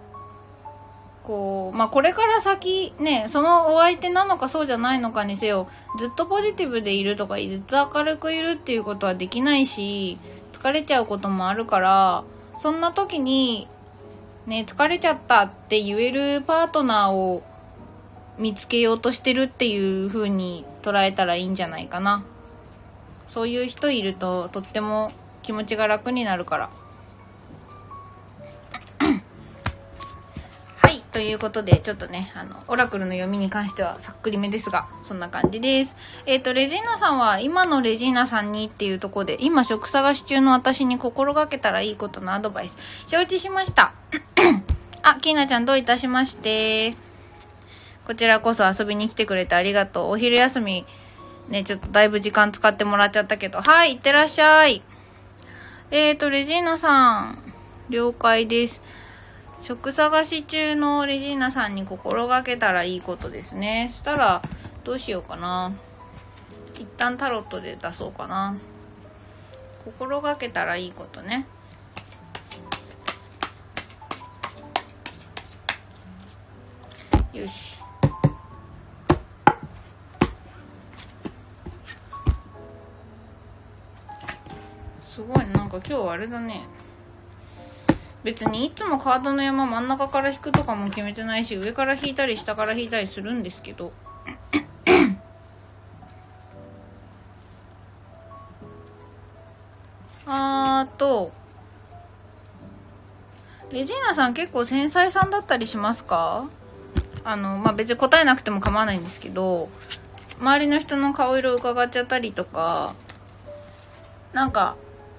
これから先ね、そのお相手なのかそうじゃないのかにせよ、ずっとポジティブでいるとか、ずっと明るくいるっていうことはできないし、疲れちゃうこともあるから、そんな時に、ね、疲れちゃったって言えるパートナーを見つけようとしてるっていう風に捉えたらいいんじゃないかな。そういう人いると、とっても気持ちが楽になるから。ということで、ちょっとね、オラクルの読みに関してはさっくりめですが、そんな感じです。レジーナさんは、今のレジーナさんにっていうところで、今職探し中の私に心がけたらいいことのアドバイス、承知しました。きなちゃんどういたしまして。こちらこそ遊びに来てくれてありがとう。お昼休み、ね、ちょっとだいぶ時間使ってもらっちゃったけど、はい、いってらっしゃい。レジーナさん、了解です。職探し中のレジーナさんに心がけたらいいことですね。したらどうしようかな。一旦タロットで出そうかな。心がけたらいいことね。よし。すごい、なんか今日あれだね。別にいつもカードの山真ん中から引くとかも決めてないし、上から引いたり下から引いたりするんですけどレジーナさん結構繊細さんだったりしますか？別に答えなくても構わないんですけど、周りの人の顔色を伺っちゃったりとか、なんか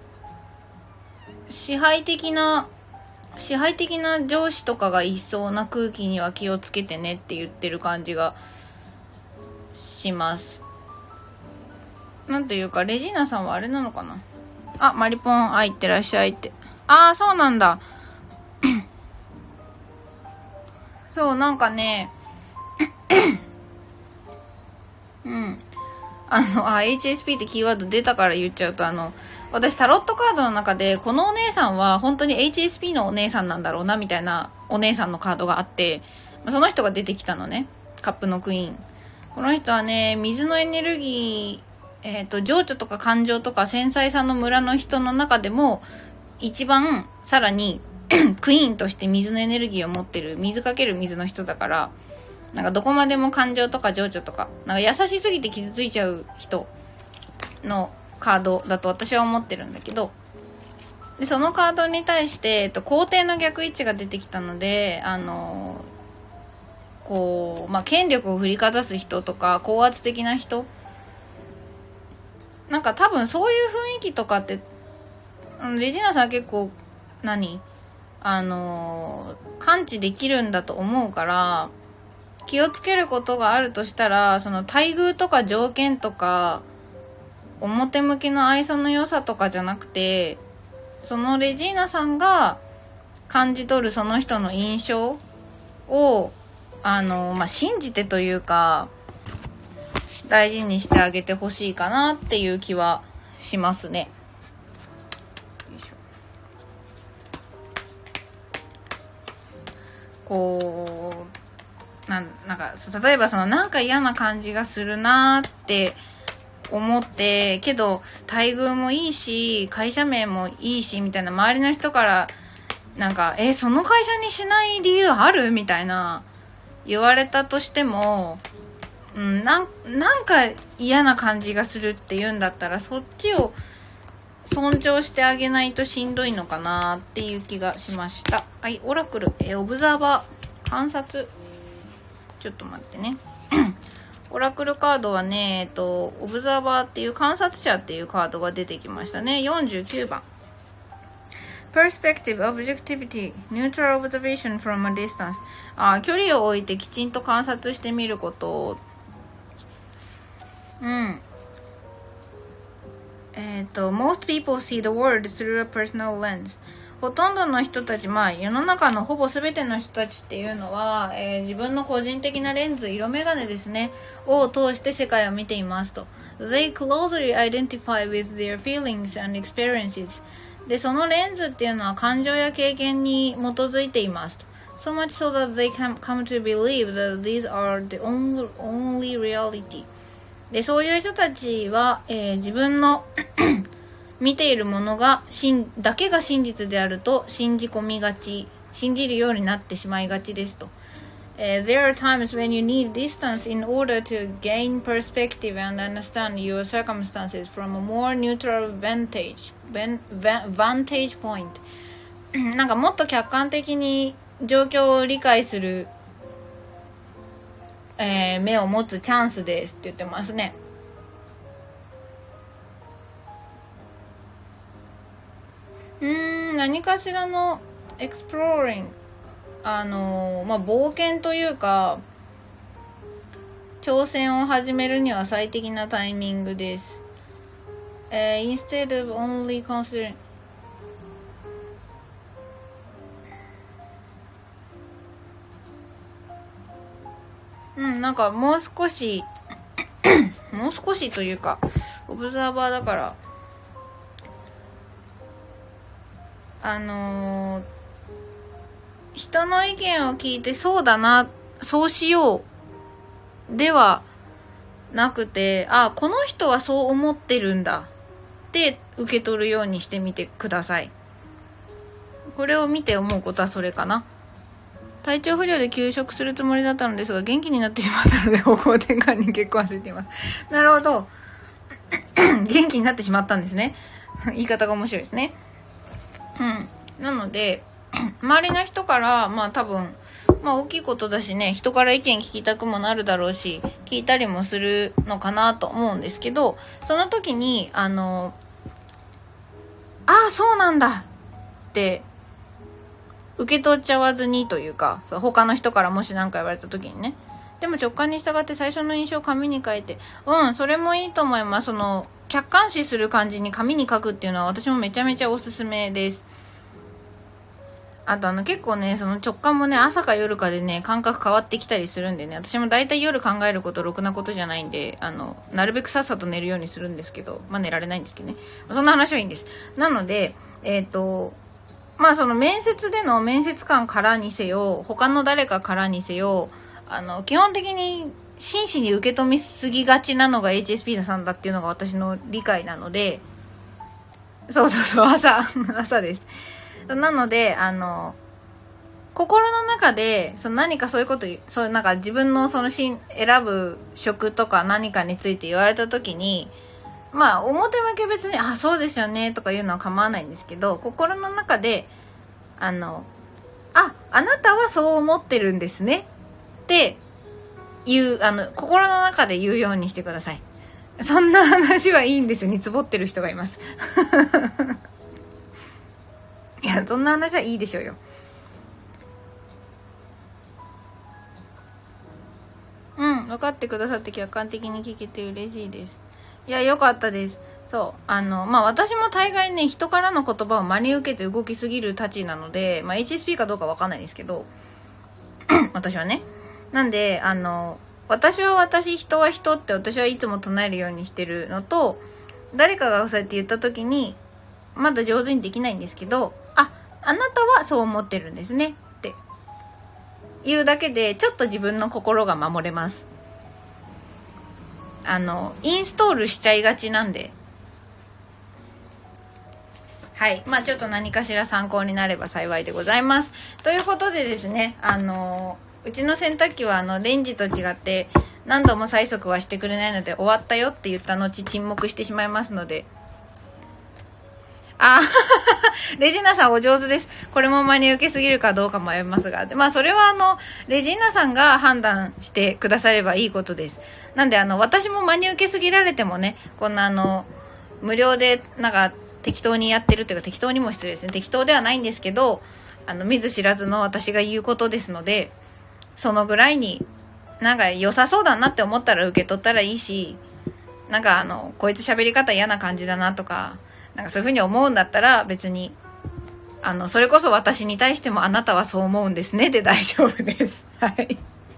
支配的な上司とかがいそうな空気には気をつけてねって言ってる感じがします。なんというか、レジーナさんはあれなのかな。マリポン、いってらっしゃいって。そうなんだ。そう、なんかね、HSP ってキーワード出たから言っちゃうと、私タロットカードの中でこのお姉さんは本当に HSP のお姉さんなんだろうなみたいなお姉さんのカードがあって、その人が出てきたのね。カップのクイーン。この人はね、水のエネルギー、情緒とか感情とか繊細さの村の人の中でも一番さらにクイーンとして水のエネルギーを持ってる、水かける水の人だから、 なんかどこまでも感情とか情緒とか、なんか優しすぎて傷ついちゃう人のカードだと私は思ってるんだけど、でそのカードに対して、皇帝の逆位置が出てきたので、こう、権力を振りかざす人とか高圧的な人、なんか多分そういう雰囲気とかってレジーナさんは結構感知できるんだと思うから、気をつけることがあるとしたら、その待遇とか条件とか表向きの愛想の良さとかじゃなくて、そのレジーナさんが感じ取るその人の印象を信じてというか大事にしてあげてほしいかなっていう気はしますね。こうなんか例えばなんか嫌な感じがするなって思って、けど待遇もいいし会社名もいいしみたいな、周りの人からなんかその会社にしない理由あるみたいな言われたとしても、なんか嫌な感じがするって言うんだったら、そっちを尊重してあげないとしんどいのかなっていう気がしました。はい、オラクル、オブザーバー、観察。ちょっと待ってね。オラクルカードはね、オブザーバーっていう観察者っていうカードが出てきましたね。49番。Perspective, Objectivity, Neutral Observation from a Distance。距離を置いてきちんと観察してみること。Most people see the world through a personal lens。ほとんどの人たち、世の中のほぼ全ての人たちっていうのは、自分の個人的なレンズ、色眼鏡ですね、を通して世界を見ていますと。They closely identify with their feelings and experiences。で、そのレンズっていうのは感情や経験に基づいていますと。So much so that they come to believe that these are the only reality。で、そういう人たちは、自分の見ているものだけが真実であると信じるようになってしまいがちですと。There are times when you need distance in order to gain perspective and understand your circumstances from a more neutral vantage point。なんかもっと客観的に状況を理解する、目を持つチャンスですって言ってますね。何かしらのエクスプローリング、冒険というか挑戦を始めるには最適なタイミングです。Instead of only considering。 なんかもう少しというかオブザーバーだから人の意見を聞いてそうだな、そうしようではなくて、この人はそう思ってるんだって受け取るようにしてみてください。これを見て思うことはそれかな。体調不良で休職するつもりだったのですが元気になってしまったので方向転換に結構焦っています。なるほど。元気になってしまったんですね。言い方が面白いですね。なので周りの人から多分大きいことだしね、人から意見聞きたくもなるだろうし聞いたりもするのかなと思うんですけど、その時にそうなんだって受け取っちゃわずにというか、他の人からもし何か言われた時にね、でも直感に従って最初の印象を紙に書いて、それもいいと思います。客観視する感じに紙に書くっていうのは私もめちゃめちゃおすすめです。あと結構ね、その直感もね、朝か夜かでね、感覚変わってきたりするんでね、私もだいたい夜考えることろくなことじゃないんで、なるべくさっさと寝るようにするんですけど、寝られないんですけどね。そんな話はいいんです。なので、その面接での面接官からにせよ、他の誰かからにせよ、基本的に真摯に受け止めすぎがちなのが HSP さんだっていうのが私の理解なので、朝です。なので、 心の中でその何かそういうことそうなんか自分のその選ぶ職とか何かについて言われた時に、まあ表向け別にあそうですよねとか言うのは構わないんですけど、心の中であなたはそう思ってるんですねっていう心の中で言うようにしてください。そんな話はいいんですよ。につぼってる人がいますいやそんな話はいいでしょうよ。分かってくださって客観的に聞けて嬉しいです。いやよかったです。そう私も大概ね人からの言葉を真に受けて動きすぎるたちなので、HSP かどうかわかんないですけど私はね。なんで私は私、人は人って私はいつも唱えるようにしてるのと、誰かがそうやって言った時にまだ上手にできないんですけど、あなたはそう思ってるんですねって言うだけでちょっと自分の心が守れます。インストールしちゃいがちなんで、はい、ちょっと何かしら参考になれば幸いでございます。ということでですね、うちの洗濯機はレンジと違って何度も催促はしてくれないので、終わったよって言った後沈黙してしまいますので、レジナさんお上手です。これも真に受けすぎるかどうか迷いますが、それはレジナさんが判断してくださればいいことです。なんで私も真に受けすぎられてもね、こんな無料でなんか適当にやってるというか、適当にも失礼ですね。適当ではないんですけど、見ず知らずの私が言うことですので、そのぐらいになんか良さそうだなって思ったら受け取ったらいいし、なんかこいつ喋り方嫌な感じだなとか、なんかそういう風に思うんだったら別にそれこそ私に対してもあなたはそう思うんですねで大丈夫です。はい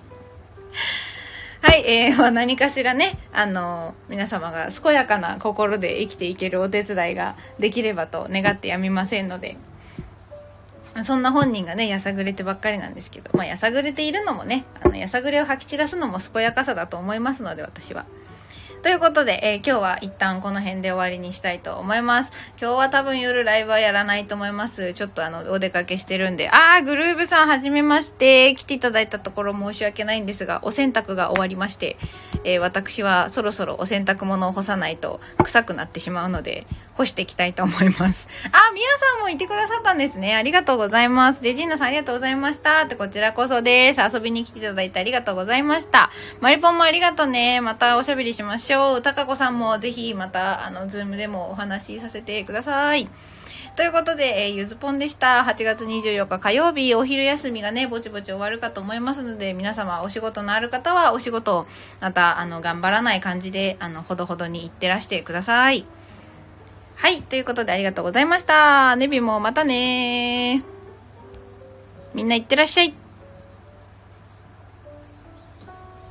はい、何かしらね皆様が健やかな心で生きていけるお手伝いができればと願ってやみませんので、そんな本人がねやさぐれてばっかりなんですけど、やさぐれているのもねやさぐれを吐き散らすのも健やかさだと思いますので、私は。ということで、今日は一旦この辺で終わりにしたいと思います。今日は多分夜ライブはやらないと思います。ちょっとお出かけしてるんで。グルーブさんはじめまして。来ていただいたところ申し訳ないんですが、お洗濯が終わりまして、私はそろそろお洗濯物を干さないと臭くなってしまうので、干していきたいと思います。みやさんもいてくださったんですね。ありがとうございます。レジーナさんありがとうございました。こちらこそです。遊びに来ていただいてありがとうございました。マリポンもありがとうね。またおしゃべりしましょう。たかこさんもぜひまたズームでもお話しさせてください。ということで、ゆずぽんでした。8月24日火曜日、お昼休みがね、ぼちぼち終わるかと思いますので、皆様お仕事のある方はお仕事をまた頑張らない感じでほどほどにいってらしてください。はい、ということでありがとうございました。ネビもまたねー。みんないってらっしゃい。